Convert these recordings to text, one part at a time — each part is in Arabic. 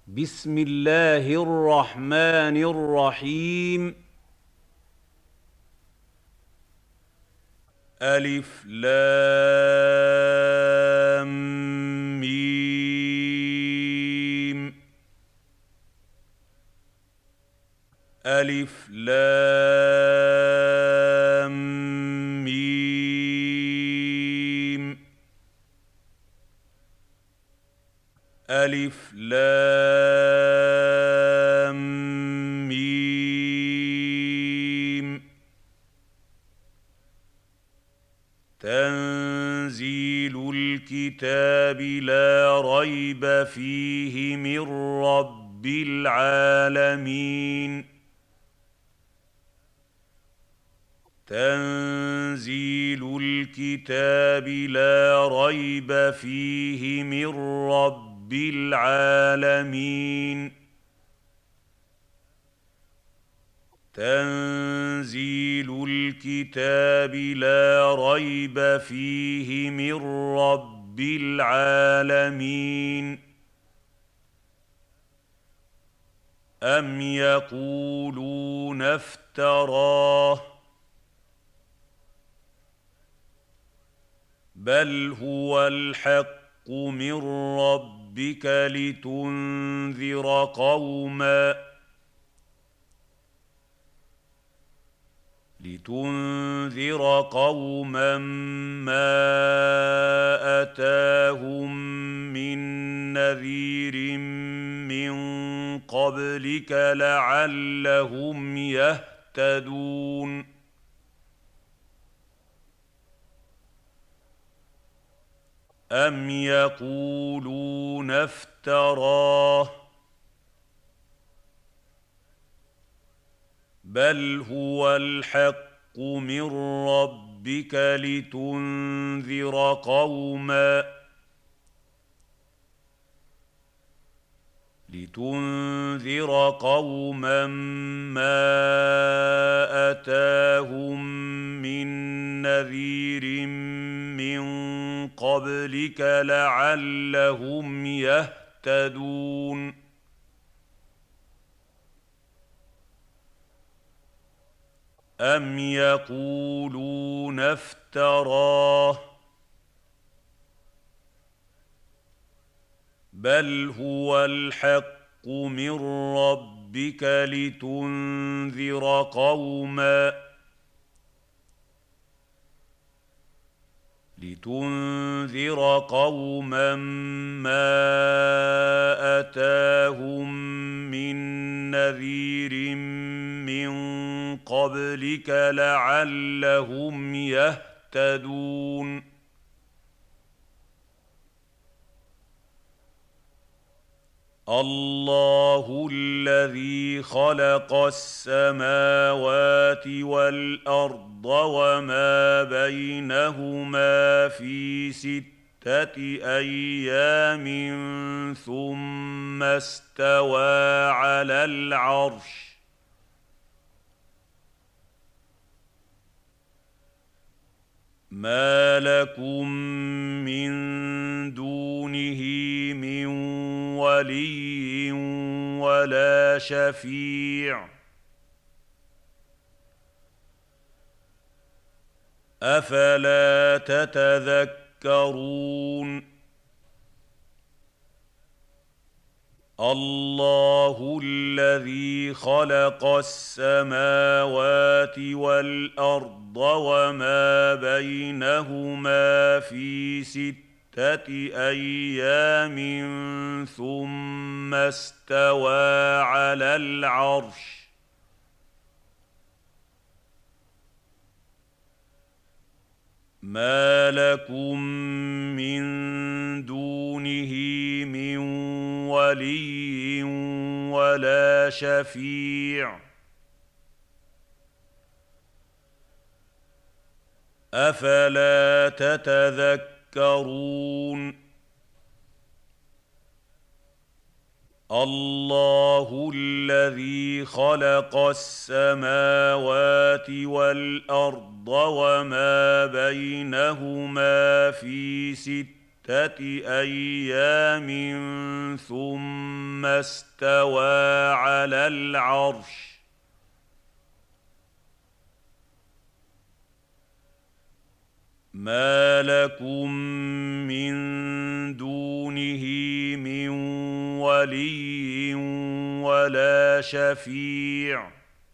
بسم الله الرحمن الرحيم. ألف لام ميم. ألف لام ميم. ألف لام ميم. تنزيل الكتاب لا ريب فيه من رب العالمين. تنزيل الكتاب لا ريب فيه من رب العالمين. تنزيل الكتاب لا ريب فيه من رب العالمين. أم يقولون افتراه بل هو الحق من ربك لتنذر قوما ما أتاهم من نذير من قبلك لعلهم يهتدون. أم يقولون افتراه بل هو الحق من ربك لتنذر قوما ما أتاهم من نذير من قبلك لعلهم يهتدون. أم يقولون افتراه بل هو الحق من ربك لتنذر قوما ما أتاهم من نذير من قبلك لعلهم يهتدون. الله الذي خلق السماوات والأرض وما بينهما في 6 أيام ثم استوى على العرش. ما لكم من دونه من ولي ولا شفيع أفلا تتذكرون. الله الذي خلق السماوات والأرض وما بينهما في 6 أيام ثم استوى على العرش. ما لكم من دونه من ولي ولا شفيع أفلا تتذكرون. الله الذي خلق السماوات والأرض وما بينهما في أيام ثم استوى على العرش ما لكم من دونه من ولي ولا شفيع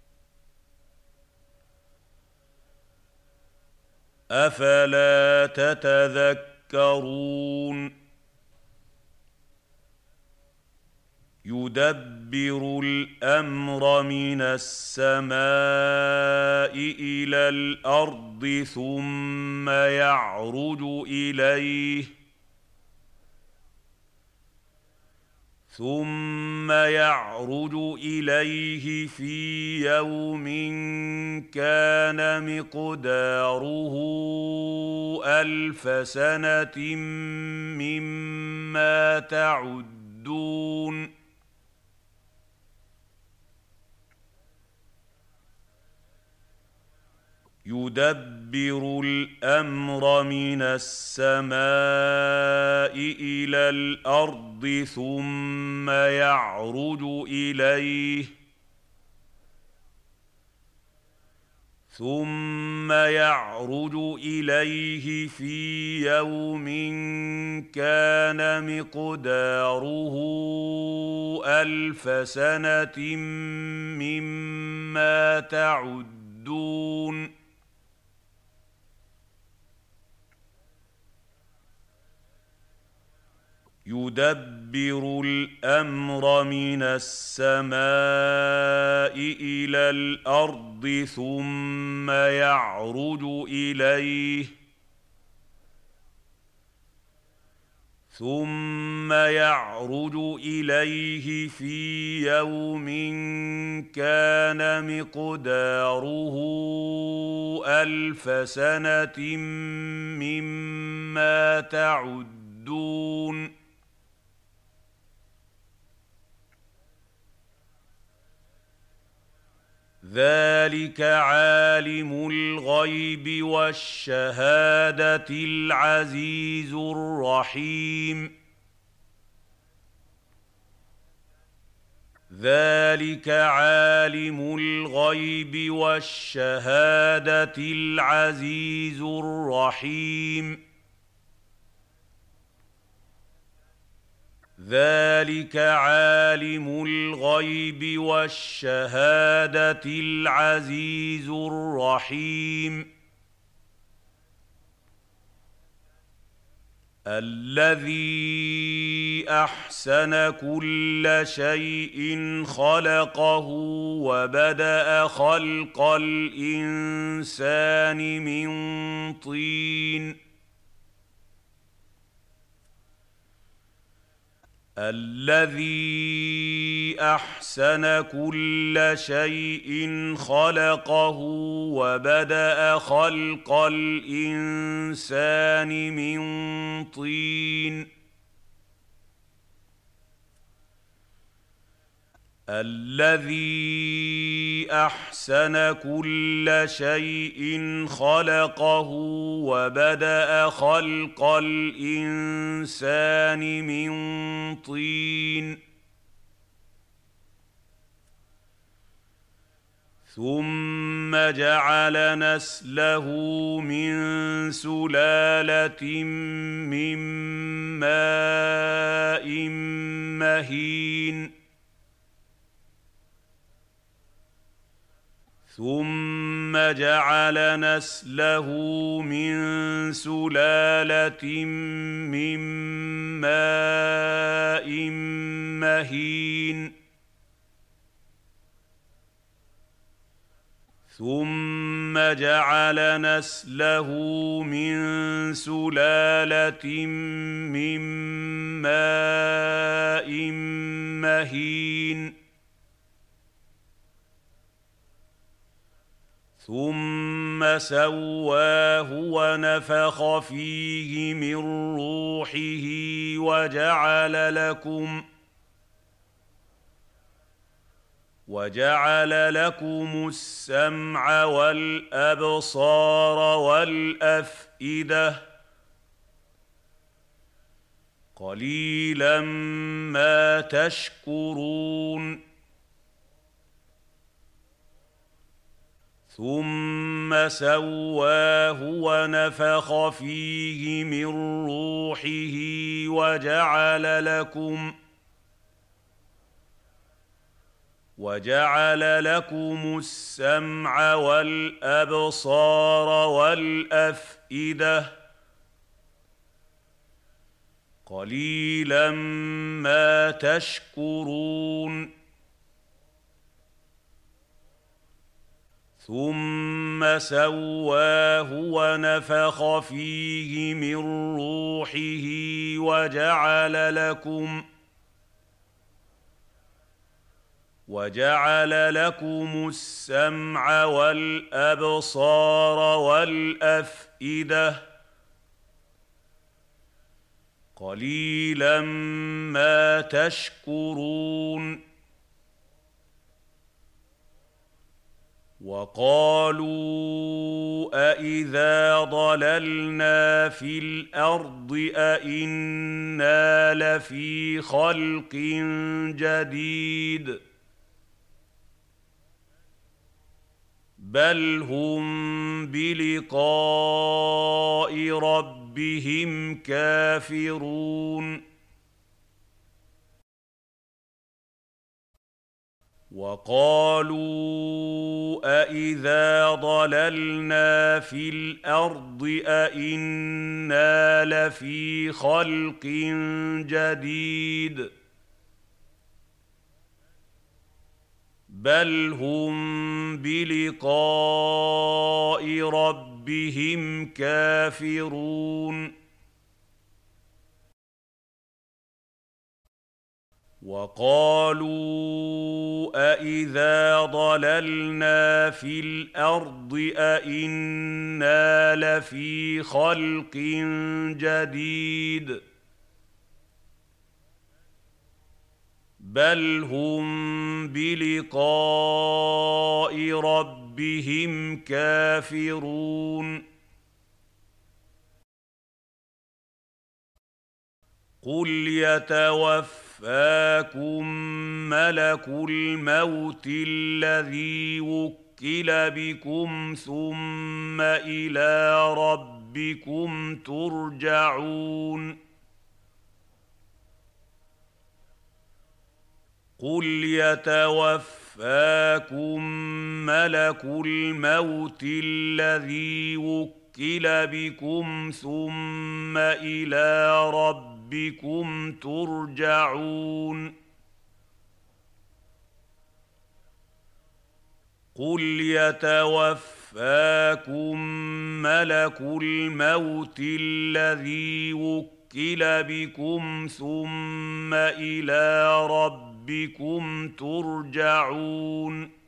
أفلا تتذكرون يدبر الأمر من السماء إلى الأرض ثم يعرج إليه في يوم كان مقداره 1000 سنة مما تعدون يدبر الأمر من السماء إلى الأرض ثم يعرج إليه في يوم كان مقداره 1000 سنة مما تعدون يدبر الأمر من السماء إلى الأرض ثم يعرج إليه في يوم كان مقداره 1000 سنة مما تعدون ذلك عالم الغيب والشهادة العزيز الرحيم ذلك عالم الغيب والشهادة العزيز الرحيم ذلك عالم الغيب والشهادة العزيز الرحيم الذي أحسن كل شيء خلقه وبدأ خلق الإنسان من طين الذي أحسن كل شيء خلقه وبدأ خلق الإنسان من طين الذي أحسن كل شيء خلقه وبدأ خلق الإنسان من طين ثم جعل نسله من سلالة من ماء مهين ثم جعل نسله من سلالة من ماء مهين ثم جعل نسله من سلالة من ماء مهين ثم سواه ونفخ فيه من روحه وجعل لكم السمع والأبصار والأفئدة قليلا ما تشكرون ثم سواه ونفخ فيه من روحه وجعل لكم السمع والأبصار والأفئدة قليلا ما تشكرون ثم سواه ونفخ فيه من روحه وجعل لكم السمع والأبصار والأفئدة قليلا ما تشكرون وقالوا أإذا ضللنا في الأرض أإنا لفي خلق جديد بل هم بلقاء ربهم كافرون وقالوا أإذا ضللنا في الأرض أإنا لفي خلق جديد بل هم بلقاء ربهم كافرون وقالوا أإذا ضللنا في الأرض أإنا لفي خلق جديد بل هم بلقاء ربهم كافرون قل يتوفاكم ملك الموت الذي وكل بكم ثم إلى ربكم ترجعون قل يتوفاكم ملك الموت الذي وكل بكم ثم إلى ربكم ترجعون قل يتوفاكم ملك الموت الذي وكل بكم ثم إلى ربكم ترجعون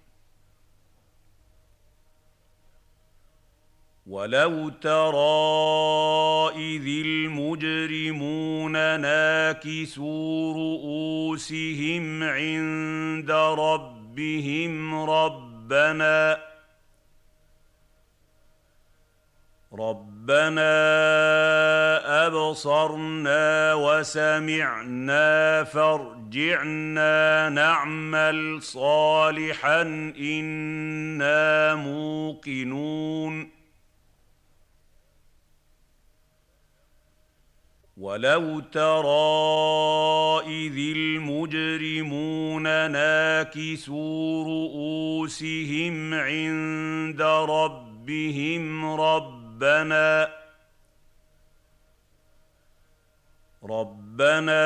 ولو ترى إذ المجرمون ناكسوا رؤوسهم عند ربهم ربنا أبصرنا وسمعنا فارجعنا نعمل صالحا إنا موقنون ولو ترى إذ المجرمون ناكسوا رؤوسهم عند ربهم ربنا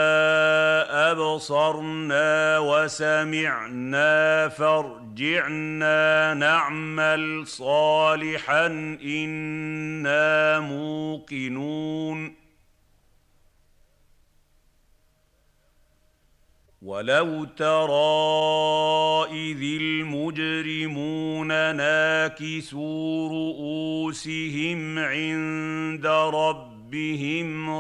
أبصرنا وسمعنا فارجعنا نعمل صالحا إنا موقنون ولو ترى إذ المجرمون ناكسوا رؤوسهم عند ربهم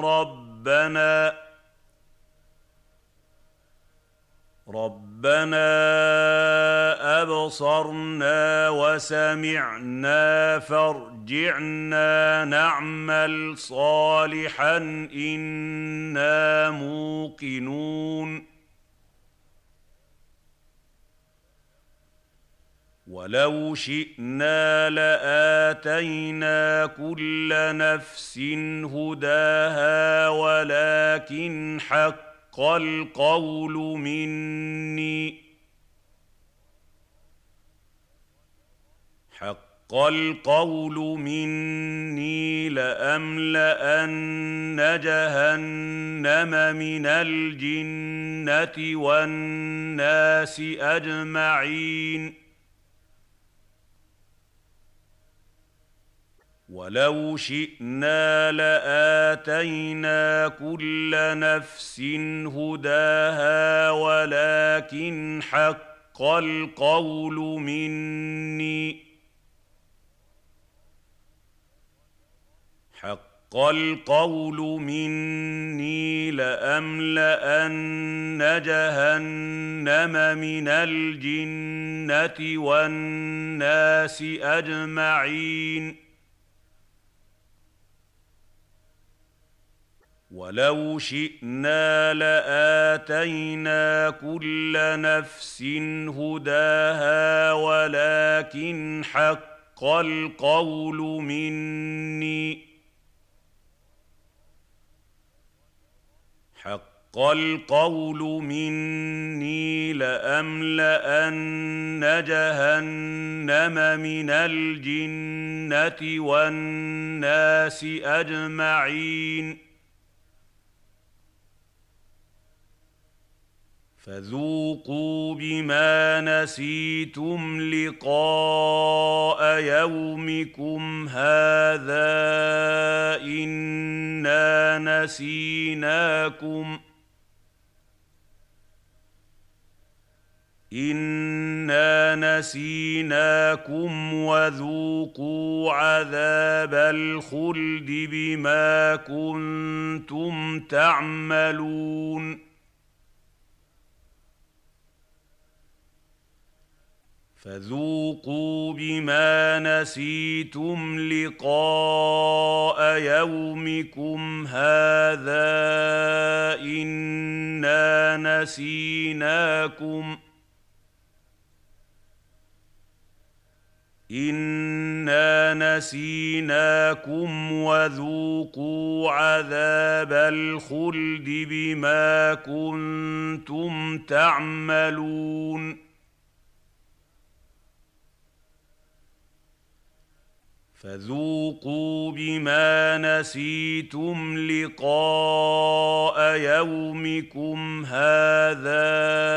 ربنا أبصرنا وسمعنا فارجعنا ارجعنا نعمل صالحا إنا موقنون ولو شئنا لآتينا كل نفس هداها حق القول مني لأملأن جهنم من الجنة والناس أجمعين ولو شئنا لآتينا كل نفس هداها ولكن حق القول مني لأملأن جهنم من الجنة والناس أجمعين ولو شئنا لآتينا كل نفس هداها ولكن حق القول مني لأملأن جهنم من الجنة والناس أجمعين فذوقوا بما نسيتم لقاء يومكم هذا إنا نسيناكم وذوقوا عذاب الخلد بما كنتم تعملون فذوقوا بما نسيتم لقاء يومكم هذا إنا نسيناكم وذوقوا عذاب الخلد بما كنتم تعملون فذوقوا بما نسيتم لقاء يومكم هذا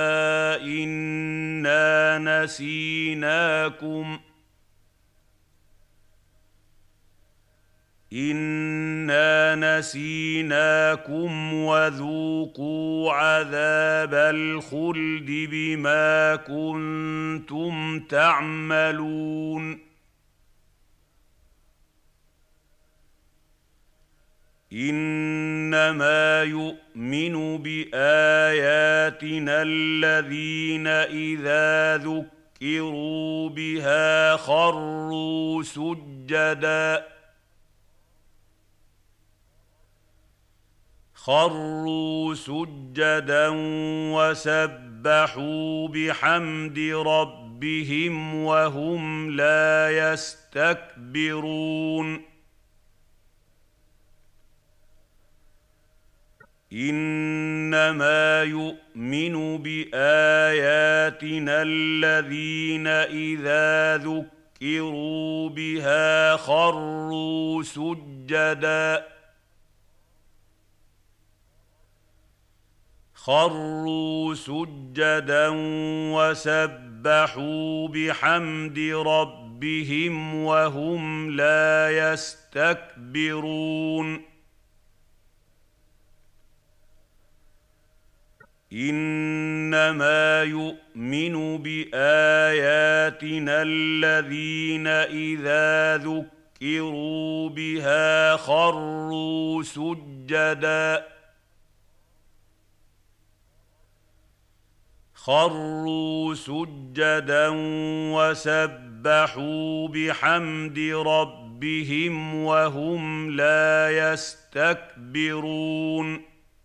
إنا نسيناكم وذوقوا عذاب الخلد بما كنتم تعملون إنما يؤمن بآياتنا الذين إذا ذكروا بها خروا سجدا وسبحوا بحمد ربهم وهم لا يستكبرون إنما يؤمن بآياتنا الذين إذا ذكروا بها خروا سجدا وسبحوا بحمد ربهم وهم لا يستكبرون إنما يؤمن بآياتنا الذين إذا ذكروا بها خروا سجدا وسبحوا بحمد ربهم ربهم وهم لا يستكبرون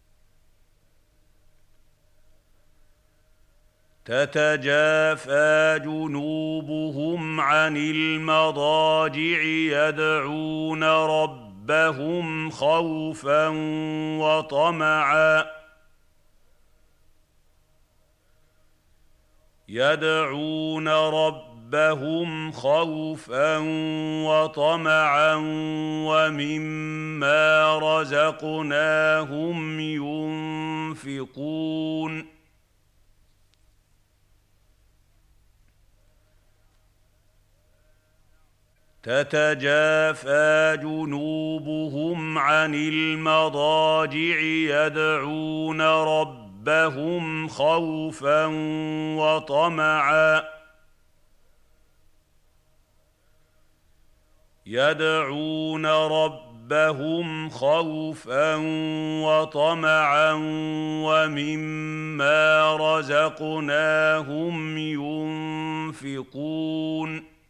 تتجافى جنوبهم عن المضاجع يدعون ربهم خوفا وطمعا ومما رزقناهم ينفقون تتجافى جنوبهم عن المضاجع يدعون ربهم خوفا وطمعا ومما رزقناهم ينفقون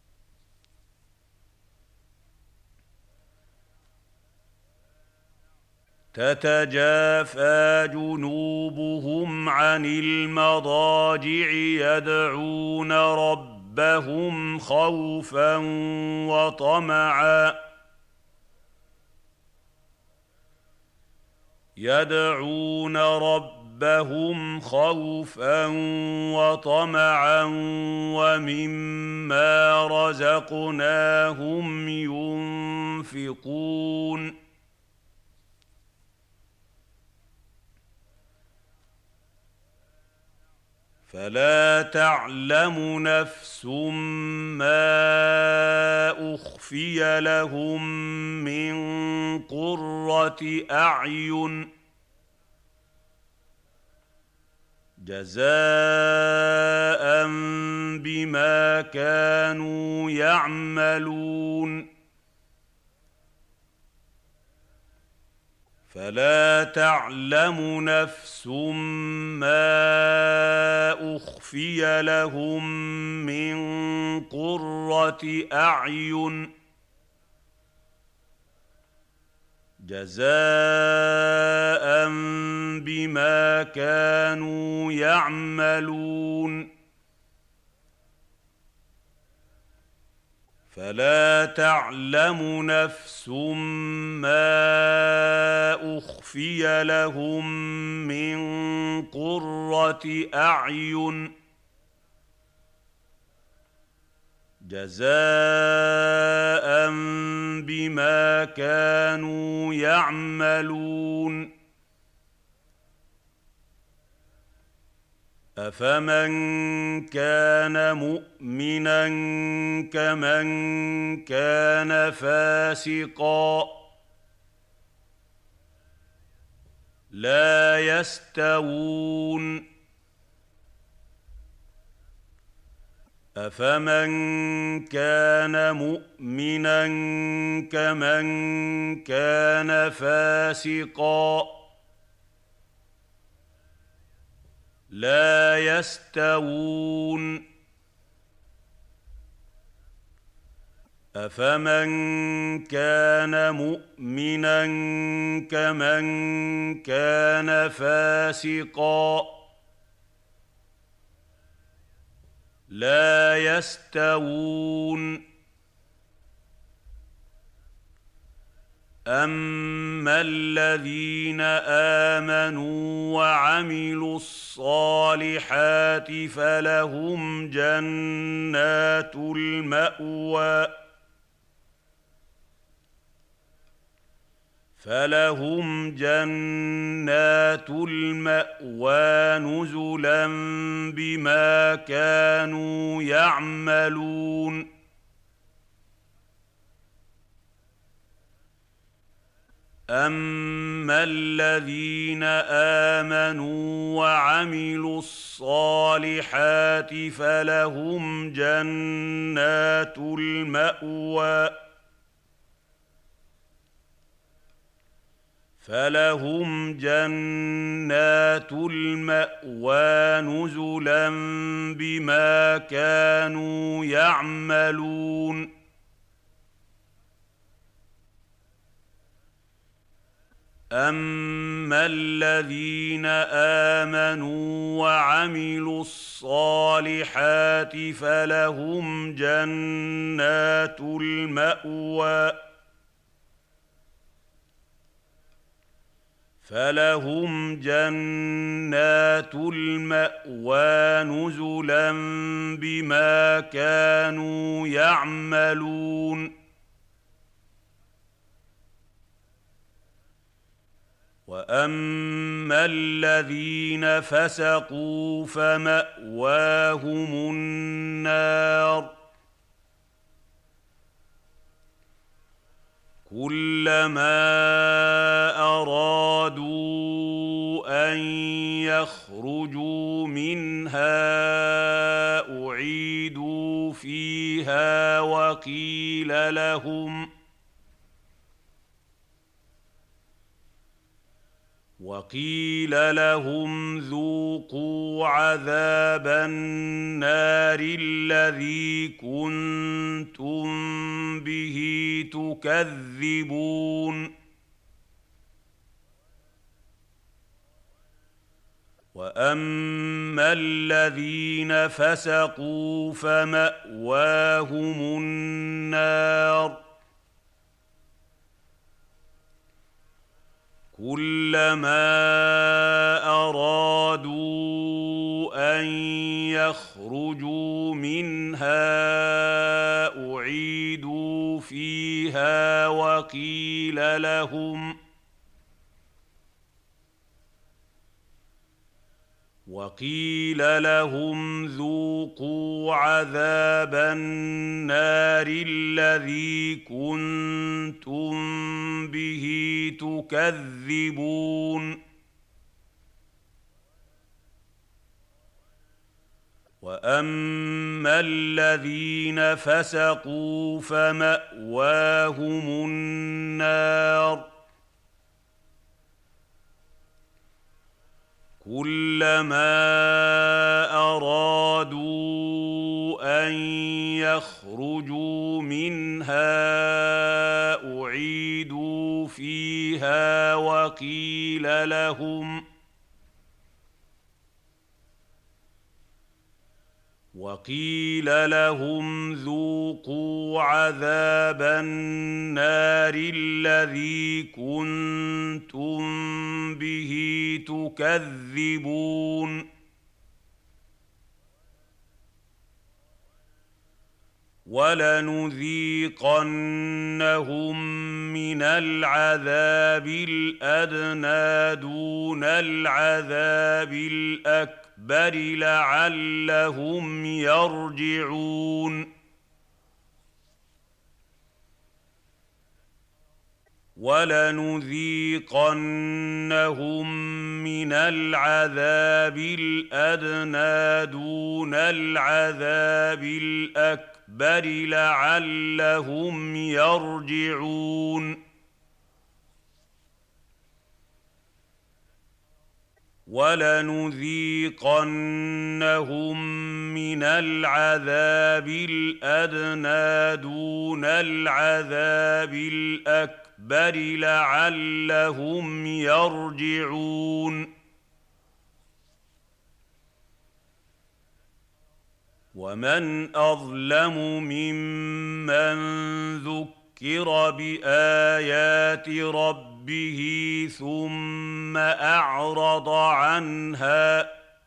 تتجافى جنوبهم عن المضاجع يدعون ربهم خوفا وطمعا ومما رزقناهم ينفقون فلا تعلم نفس ما أخفي لهم من قرة أعين جزاء بما كانوا يعملون فلا تعلم نفس ما أخفي لهم من قرة أعين جزاء بما كانوا يعملون فلا تعلم نفس ما أخفي لهم من قرة أعين جزاء بما كانوا يعملون أفمن كان مؤمنا كمن كان فاسقا لا يستوون أفمن كان مؤمنا كمن كان فاسقا لا يستوون أفمن كان مؤمنا كمن كان فاسقا لا يستوون أما الذين آمنوا وعملوا الصالحات فلهم جنات المأوى نزلا بما كانوا يعملون أما الذين آمنوا وعملوا الصالحات فلهم جنات المأوى نزلا بما كانوا يعملون اما الذين امنوا وعملوا الصالحات فلهم جنات المأوى نزلا بما كانوا يعملون واما الذين فسقوا فماواهم النار كلما ارادوا ان يخرجوا منها اعيدوا فيها وقيل لهم ذوقوا عذاب النار الذي كنتم به تكذبون واما الذين فسقوا فماواهم النار كلما ارادوا ان يخرجوا منها اعيدوا فيها وقيل لهم ذوقوا عذاب النار الذي كنتم به تكذبون واما الذين فسقوا فماواهم النار كلما ارادوا ان يخرجوا منها اعيدوا فيها وقيل لهم ذوقوا عذاب النار الذي كنتم به تكذبون ولنذيقنهم من العذاب الادنى دون العذاب الاكبر لعلهم يرجعون ولنذيقنهم من العذاب الادنى دون العذاب الاكبر لعلهم يرجعون ولنذيقنهم من العذاب الادنى دون العذاب الاكبر لعلهم يرجعون ومن اظلم ممن ذكر بايات ربه ثم اعرض عنها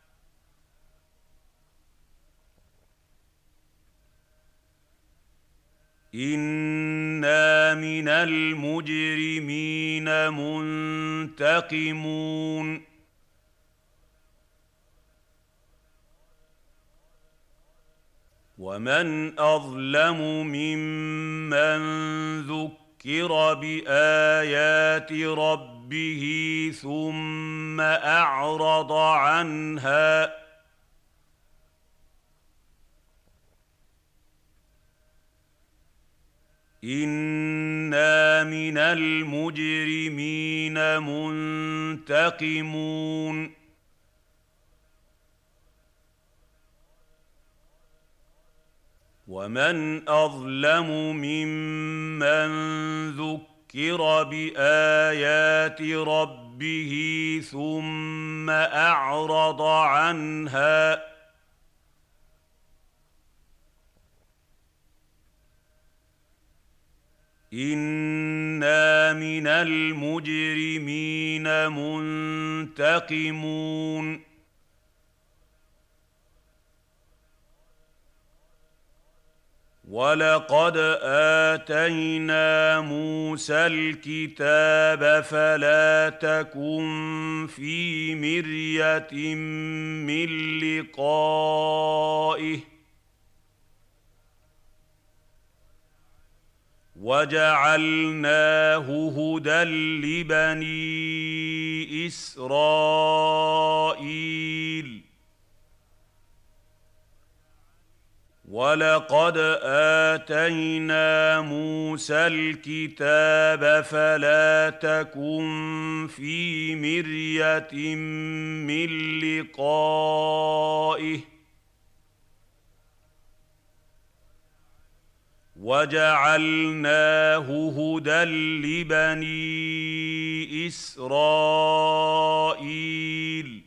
انا من المجرمين منتقمون ومن اظلم ممن ذكر بايات ربه ثم اعرض عنها انا من المجرمين منتقمون ومن اظلم ممن ذكر ذكر بايات ربه ثم اعرض عنها انا من المجرمين منتقمون ولقد اتينا موسى الكتاب فلا تكن في مريه من لقائه وجعلناه هدى لبني اسرائيل ولقد اتينا موسى الكتاب فلا تكن في مريه من لقائه وجعلناه هدى لبني اسرائيل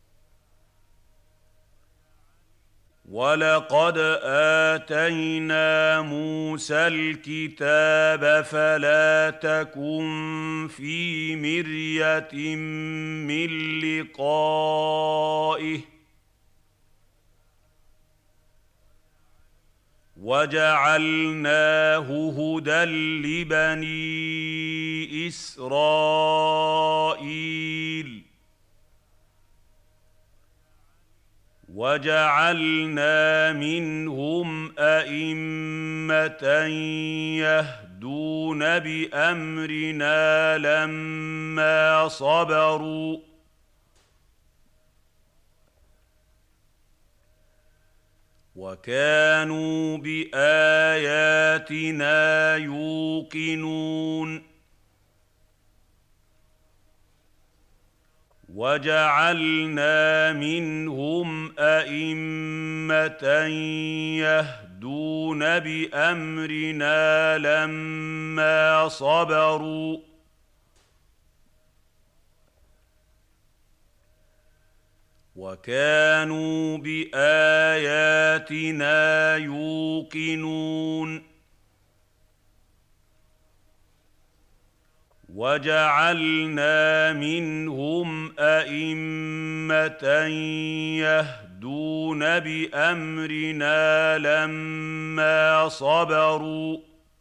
ولقد اتينا موسى الكتاب فلا تكن في مريه من لقائه وجعلناه هدى لبني اسرائيل وجعلنا منهم ائمه يهدون بامرنا لما صبروا وكانوا باياتنا يوقنون وجعلنا منهم ائمه يهدون بامرنا لما صبروا وكانوا باياتنا يوقنون وجعلنا منهم ائمه يهدون بامرنا لما صبروا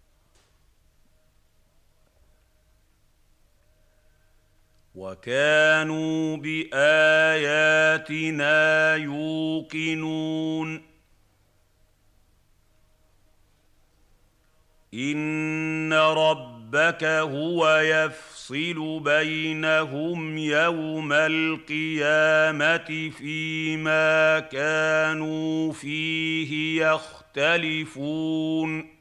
وكانوا باياتنا يوقنون ان ربك هو يفصل بينهم يوم القيامه فيما كانوا فيه يختلفون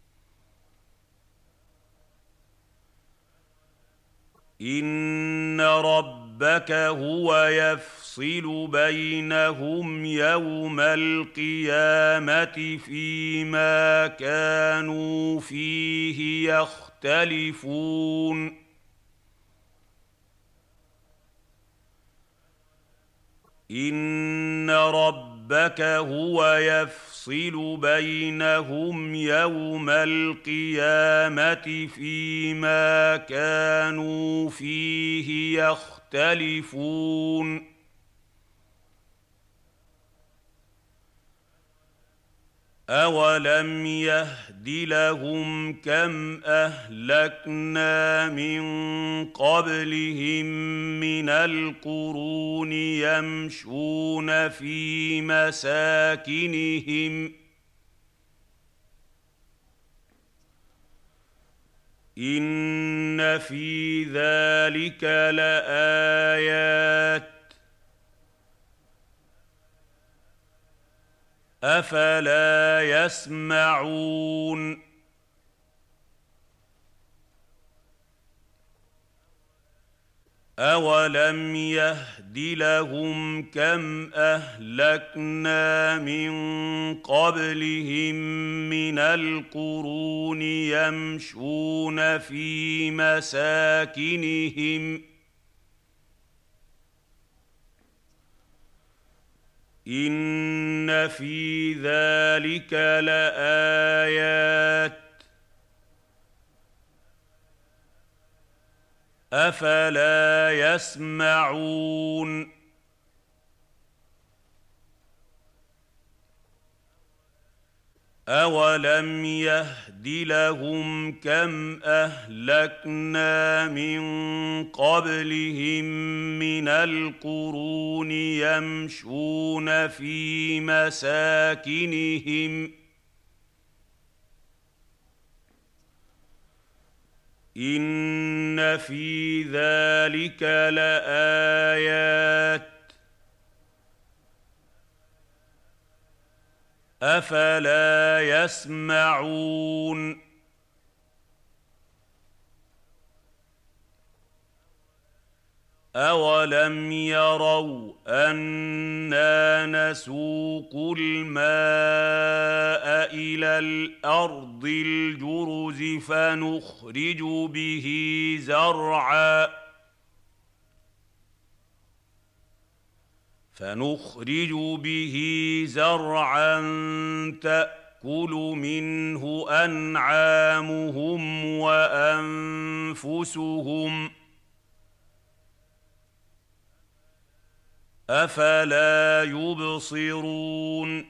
ان ربك هو يفصل بينهم يوم القيامه فيما كانوا فيه يختلفون ان ربك هو يفصل بينهم يوم القيامه فيما كانوا فيه يختلفون اولم يهد لهم كم اهلكنا من قبلهم من القرون يمشون في مساكنهم ان في ذلك لايات افلا يسمعون أَوَلَمْ يَهْدِ لَهُمْ كَمْ أَهْلَكْنَا مِن قَبْلِهِم مِّنَ الْقُرُونِ يَمْشُونَ فِي مَسَاكِنِهِمْ ۗ إِنَّ فِي ذَٰلِكَ لَآيَاتٍ ۖ أَفَلَا يَسْمَعُونَ أَوَلَمْ يَهْدِ لَهُمْ كَمْ أَهْلَكْنَا مِن قَبْلِهِم مِّنَ الْقُرُونِ يَمْشُونَ فِي مَسَاكِنِهِمْ ۗ إِنَّ فِي ذَٰلِكَ لَآيَاتٍ ۖ أَفَلَا يَسْمَعُونَ أَوَلَمْ يَرَوْا أَنَّا نَسُوقُ الْمَاءَ إِلَى الْأَرْضِ الْجُرُزِ فَنُخْرِجُ بِهِ زَرْعًا تَأْكُلُ مِنْهُ أَنْعَامُهُمْ وَأَنفُسُهُمْ ۖ أَفَلَا يُبْصِرُونَ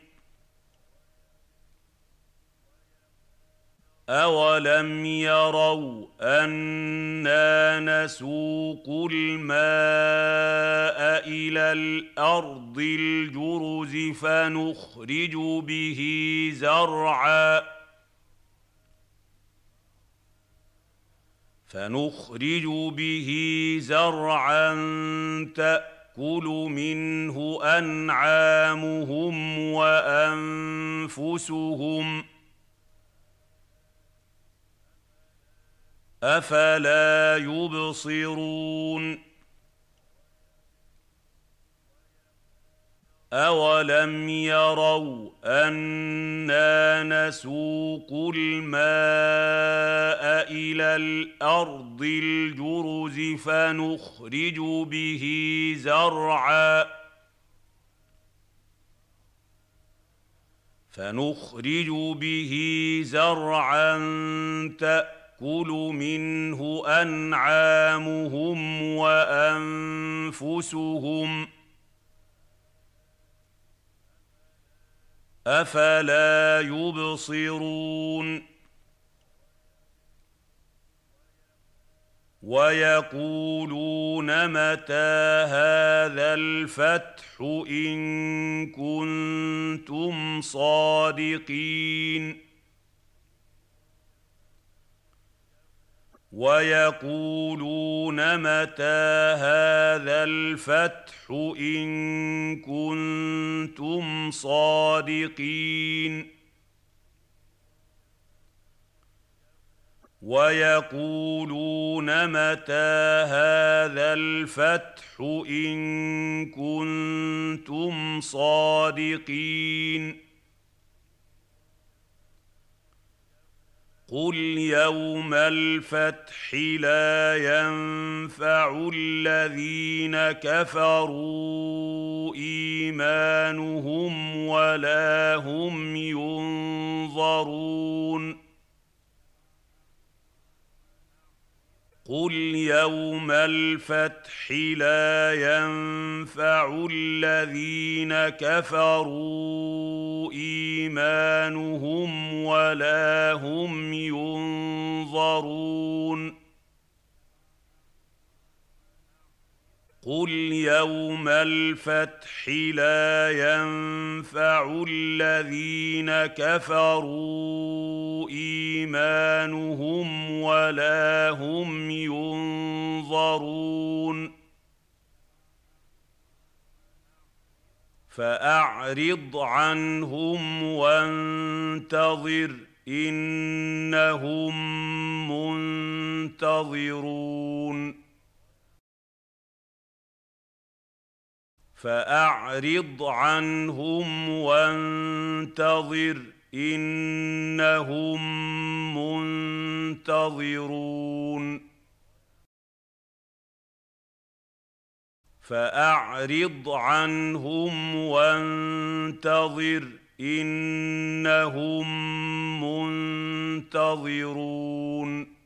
أَوَلَمْ يَرَوْا أَنَّا نَسُوقُ الْمَاءَ إِلَى الْأَرْضِ الْجُرُزِ فَنُخْرِجُ بِهِ زَرْعًا تَأْكُلُ مِنْهُ أَنْعَامُهُمْ وَأَنفُسُهُمْ ۖ أَفَلَا يُبْصِرُونَ أَوَلَمْ يَرَوْا أَنَّا نَسُوقُ الْمَاءَ إِلَى الْأَرْضِ الْجُرُزِ فَنُخْرِجُ بِهِ زَرْعًا تَأْكُلُ مِنْهُ أَنْعَامُهُمْ وَأَنفُسُهُمْ ۖ أَفَلَا يُبْصِرُونَ وَيَقُولُونَ مَتَىٰ هَٰذَا الْفَتْحُ إِن كُنتُمْ صَادِقِينَ وَيَقُولُونَ مَتَىٰ هَٰذَا الْفَتْحُ إِن كُنتُمْ صَادِقِينَ وَيَقُولُونَ مَتَىٰ هَٰذَا الْفَتْحُ إِن كُنتُمْ صَادِقِينَ قُلْ يَوْمَ الْفَتْحِ لَا يَنفَعُ الَّذِينَ كَفَرُوا إِيمَانُهُمْ وَلَا هُمْ يُنظَرُونَ قُلْ يَوْمَ الْفَتْحِ لَا يَنفَعُ الَّذِينَ كَفَرُوا إِيمَانُهُمْ وَلَا هُمْ يُنظَرُونَ قُلْ يَوْمَ الْفَتْحِ لَا يَنفَعُ الَّذِينَ كَفَرُوا إِيمَانُهُمْ وَلَا هُمْ يُنظَرُونَ فَأَعْرِضْ عَنْهُمْ وَانتَظِرْ إِنَّهُم مُّنتَظِرُونَ فأعرض عنهم وانتظر إنهم منتظرون فأعرض عنهم وانتظر إنهم منتظرون